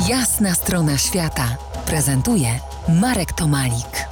Jasna strona świata prezentuje Marek Tomalik.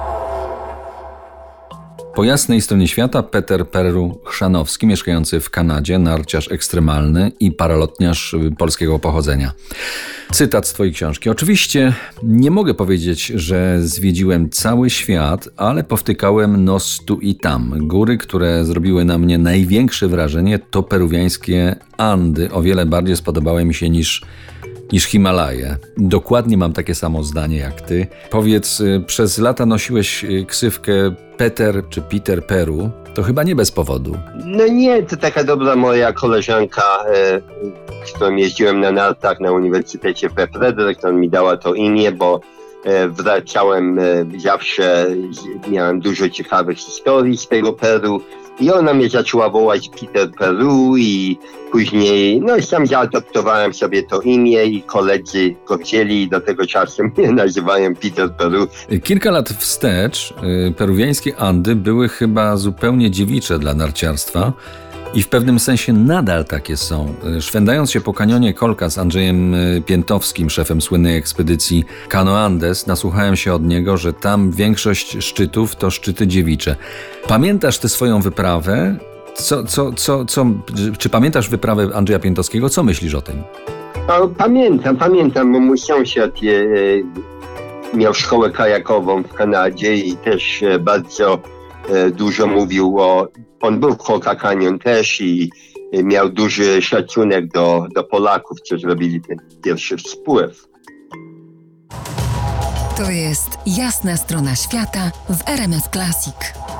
Po jasnej stronie świata Peter Peru-Chrzanowski, mieszkający w Kanadzie, narciarz ekstremalny i paralotniarz polskiego pochodzenia. Cytat z twojej książki. Oczywiście nie mogę powiedzieć, że zwiedziłem cały świat, ale powtykałem nos tu i tam. Góry, które zrobiły na mnie największe wrażenie, to peruwiańskie Andy. O wiele bardziej spodobały mi się niż Himalaje. Dokładnie mam takie samo zdanie jak ty. Powiedz, przez lata nosiłeś ksywkę Peter czy Peter Peru. To chyba nie bez powodu. No nie, to taka dobra moja koleżanka, z którą jeździłem na nartach na Uniwersytecie we Fredericton, mi dała to imię, bo wracałem zawsze, miałem dużo ciekawych historii z tego Peru. I ona mnie zaczęła wołać Peter Peru i później, no i sam zaadoptowałem sobie to imię i koledzy go wzięli i do tego czasu mnie nazywają Peter Peru. Kilka lat wstecz peruwiańskie Andy były chyba zupełnie dziewicze dla narciarstwa i w pewnym sensie nadal takie są. Szwendając się po kanionie Kolka z Andrzejem Piętowskim, szefem słynnej ekspedycji Cano Andes, nasłuchałem się od niego, że tam większość szczytów to szczyty dziewicze. Pamiętasz tę swoją wyprawę? Czy pamiętasz wyprawę Andrzeja Piętowskiego? Co myślisz o tym? No, pamiętam, bo mój sąsiad miał szkołę kajakową w Kanadzie i też bardzo dużo mówił on był w Colca Canyon też i miał duży szacunek do Polaków, co zrobili ten pierwszy spływ. To jest Jasna strona świata w RMF Classic.